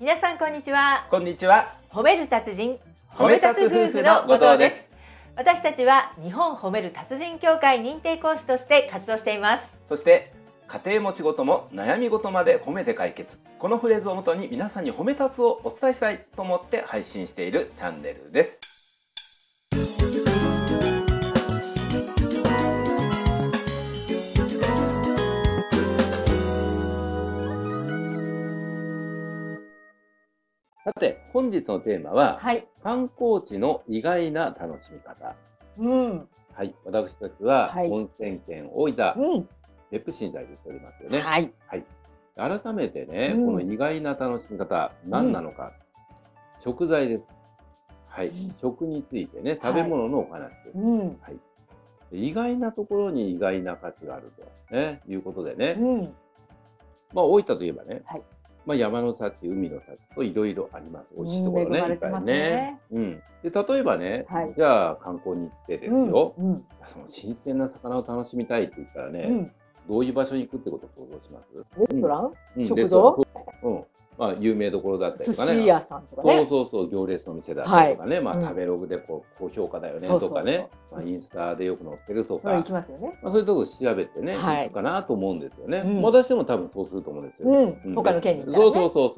皆さんこんにちは。 こんにちは。 褒める達人、 褒め立つ夫婦の後藤です。 私たちは日本褒める達人協会認定講師として活動しています。 そして家庭も仕事も悩み事まで褒めて解決。このフレーズをもとに皆さんに褒め立つをお伝えしたいと思って配信しているチャンネルです。さて本日のテーマは、観光地の意外な楽しみ方。はい、私たちは温泉県大分、別府新在でしておりますよね。改めてね、この意外な楽しみ方、何なのか、食材です。はい、食についてね、食べ物のお話です。意外なところに意外な価値があると、いうことでね、大分といえばね、山の幸、海の幸といろいろあります。美味しいところね、いっぱいね。で、例えばね、じゃあ観光に行ってですよ、その新鮮な魚を楽しみたいって言ったらね、どういう場所に行くってことを想像します？ レストラン？食堂？ 有名どころだったりとかね。 寿司屋さんとかね。 そう、行列の店だったりとかね、食べログで高評価だよねとかね、インスタでよく載ってるとか、 行きますよね。 そういうところ調べてね、行くかなと思うんですよね。私も多分そうすると思うんですよ。 他の県に行ったらね。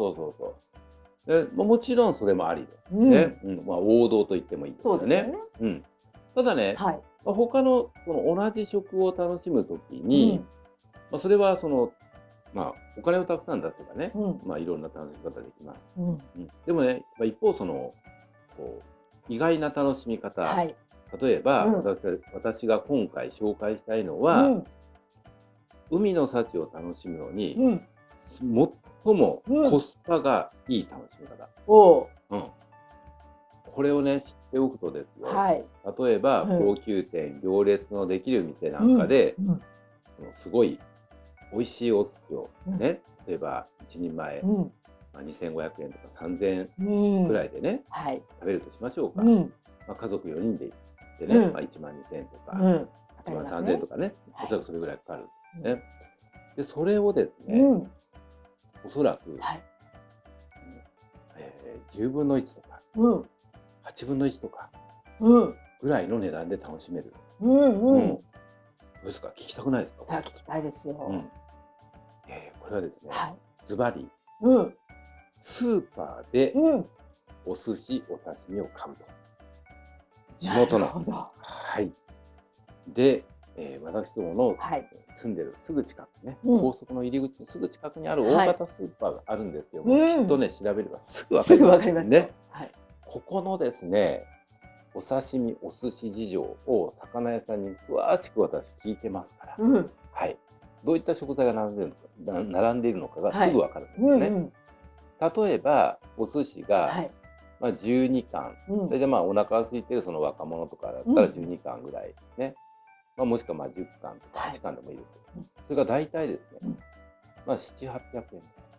そう。もちろんそれもありですね。王道と言ってもいいですよね。ただね、他の同じ食を楽しむときに、それはお金をたくさん出せばね、いろんな楽しみ方できます。でもね、一方意外な楽しみ方、例えば、私が今回紹介したいのは、海の幸を楽しむのに、最もコスパがいい楽しみ方。これをね、知っておくとですよ、例えば高級店、行列のできる店なんかで、すごい美味しいお寿司をね、例えば1人前2500円とか3000円くらいでね、食べるとしましょうか。家族4人で行ってね、1万2000円とか1万3000円とかね、おそらくそれぐらいかかるんですね。で、それをですね、おそらく10分の1とか8分の1とかぐらいの値段で楽しめる。どうですか？聞きたくないですか？ さあ、聞きたいですよ。 これはですね、ズバリスーパーでお寿司、お刺身を買うと。地元の。で、私どもの住んでるすぐ近くね、高速の入り口のすぐ近くにある大型スーパーがあるんですけども、きっとね、調べればすぐ分かりますね。ここのですね、お刺身、お寿司事情を魚屋さんに詳しく私聞いてますから、どういった食材が並んでいるのかがすぐ分かるんですよね。例えばお寿司が12貫、それでお腹が空いてるその若者とかだったら12貫ぐらいね、もしくは10貫とか8貫でもいいですけど、それが大体ですね、700、800円。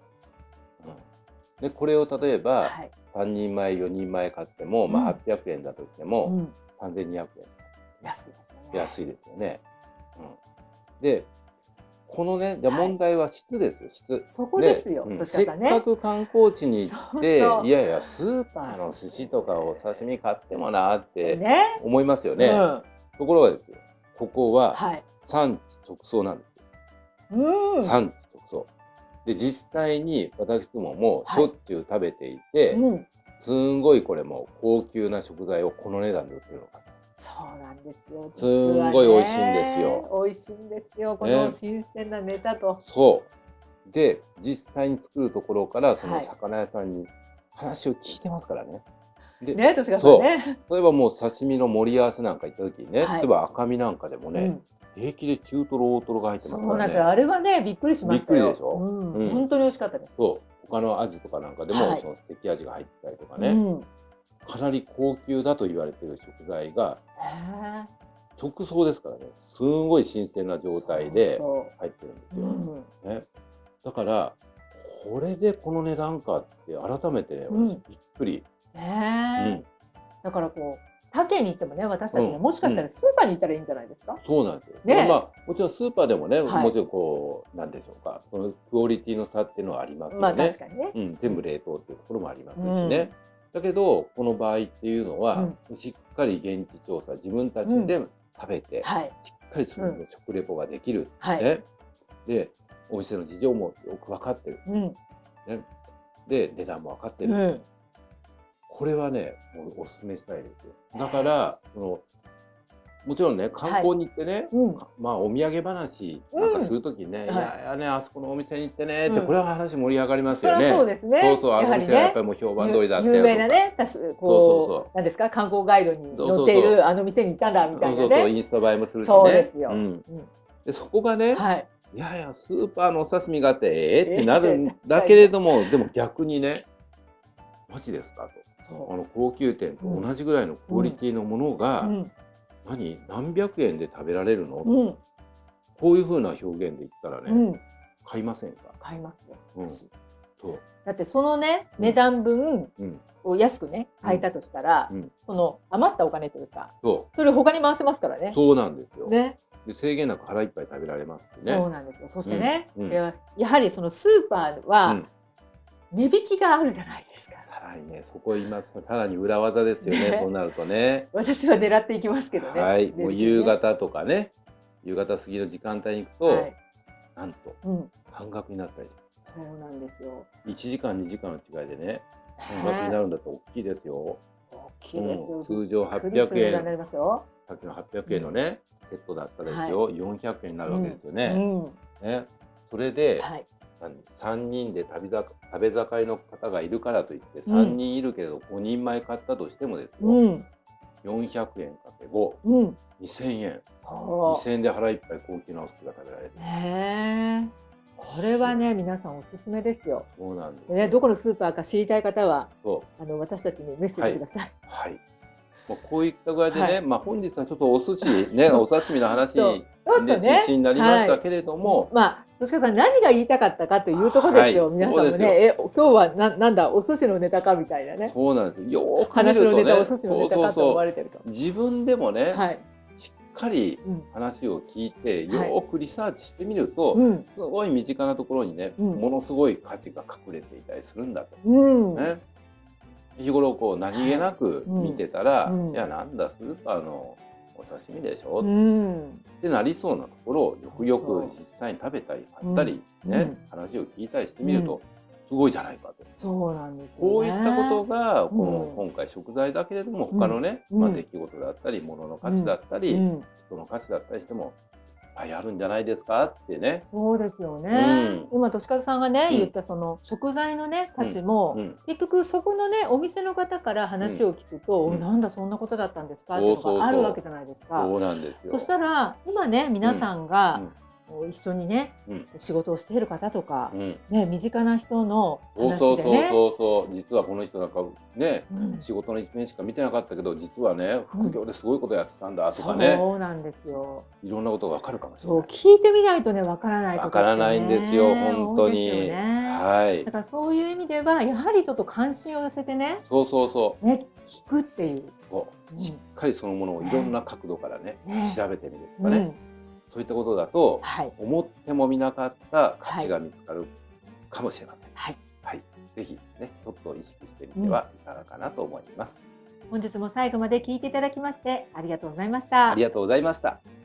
でこれを例えば3人前、4人前買っても800円だとしても3200円。 安いですよね。 安いですよね。でこのね、問題は質ですよ、質。 そこですよ、 せっかく観光地に行って、いやいや、スーパーの寿司とかお刺身買ってもなって思いますよね。ところがですよ、ここは産地直送なんですよ。産地直送。で、実際に私どももしょっちゅう食べていて、すんごいこれも高級な食材をこの値段で売ってるのかと。 そうなんですよ。 すんごい美味しいんですよ。 美味しいんですよ。この新鮮なネタと。 そうで、実際に作るところからその魚屋さんに話を聞いてますからね。 で、ね、確かにね。 例えばもう刺身の盛り合わせなんか行った時にね、例えば赤身なんかでもね、平気で中トロ大トロが入ってますからね。 そうなんですよ。あれはね、びっくりしましたよ。 びっくりでしょ。 本当に美味しかったです。 そう、他のアジとかなんかでもその関アジが入ってたりとかね。かなり高級だと言われている食材が直送ですからね、すんごい新鮮な状態で入ってるんですよ。だからこれでこの値段かって改めてね、私びっくり。 だからこう他県に行ってもね、私たちね、もしかしたらスーパーに行ったらいいんじゃないですか。 そうなんですよ。 ね、 まあもちろんスーパーでもね、もちろんこうなんでしょうか、そのクオリティの差っていうのはありますよね。 まあ確かにね。 全部冷凍っていうところもありますしね。だけどこの場合っていうのは、しっかり現地調査、自分たちで食べて、しっかりその食レポができる。ね。で、お店の事情もよく分かってる。ね。で、値段も分かってる。これはね、おすすめしたいですよ。だから、もちろんね、観光に行ってね、まあお土産話なんかするときにね、いやね、あそこのお店に行ってねって、これは話盛り上がりますよね。 そうですね。 そうそう、あのお店はやっぱりもう評判通りだって。 有名なね、こう、なんですか、観光ガイドに載っているあの店に行ったんだみたいなね。 そうそう、インスタ映えもするしね。 そうですよ。 で、そこがね、いやいや、スーパーのお刺身があって、ってなるんだけれども、でも逆にね、マジですかと。高級店と同じぐらいのクオリティのものが、何百円で食べられるの、こういうふうな表現で言ったらね、買いませんか？ 買いますよ。だってそのね、値段分を安くね、買えたとしたら、その余ったお金というか、それを他に回せますからね。 そうなんですよ。 ね。 で、制限なく腹いっぱい食べられますしね。 そうなんですよ。そしてね、やはりそのスーパーは値引きがあるじゃないですか。 さらにね、そこ言いますと、さらに裏技ですよね。そうなるとね。 私は狙っていきますけどね。 はい、もう夕方とかね、夕方過ぎの時間帯に行くと、なんと半額になったり。 そうなんですよ。 1時間2時間の違いでね、半額になるんだと大きいですよ。 大きいですよ。 通常800円、さっきの800円のね、セットだったらですよ、400円になるわけですよね。それで3人で食べ盛りの方がいるからといって3人いるけど5人前買ったとしてもですよ、400円かけ5、2000円。2000円で腹いっぱい高級なお寿司が食べられる。 これはね、皆さんおすすめですよ。 そうなんです。 ね、どこのスーパーか知りたい方は、私たちにメッセージください。 はい。こういった具合でね、まあ本日はちょっとお寿司ね、お刺身の話で中心になりましたけれども、 まあ吉川さん何が言いたかったかというところですよ。皆さんもね、今日はなんだお寿司のネタかみたいなね。 そうなんです。よく見話るとね、 のネタお寿司のネタかと思われてると。 自分でもね、しっかり話を聞いてよくリサーチしてみると、すごい身近なところにね、ものすごい価値が隠れていたりするんだと。ね。日頃こう何気なく見てたら、いやなんだスーパーのお刺身でしょってなりそうなところをよくよく実際に食べたり買ったりね、話を聞いたりしてみるとすごいじゃないかと。 そうなんですよね。 こういったことがこの今回食材だけれども他のね、出来事だったり物の価値だったり人の価値だったりしてもあるんじゃないですかってね。 そうですよね。今としかずさんがね言ったその食材のね価値も結局そこのねお店の方から話を聞くとなんだそんなことだったんですかっていうのがあるわけじゃないですか。 そうなんですよ。 そしたら今ね皆さんが一緒にね仕事をしている方とかね身近な人の話でね、 実はこの人なんかね仕事の一面しか見てなかったけど実はね副業ですごいことやってたんだとかね、 そうなんですよ。 いろんなことがわかるかもしれない。 聞いてみないとねわからないことってね、 わからないんですよ本当に。はい。 だからそういう意味ではやはりちょっと関心を寄せてね、ね聞くっていう、 しっかりそのものをいろんな角度からね調べてみるとかね。そういったことだと、思ってもみなかった価値が見つかるかもしれません。はい、ぜひね、ちょっと意識してみてはいかがかなと思います。 本日も最後まで聞いていただきましてありがとうございました。 ありがとうございました。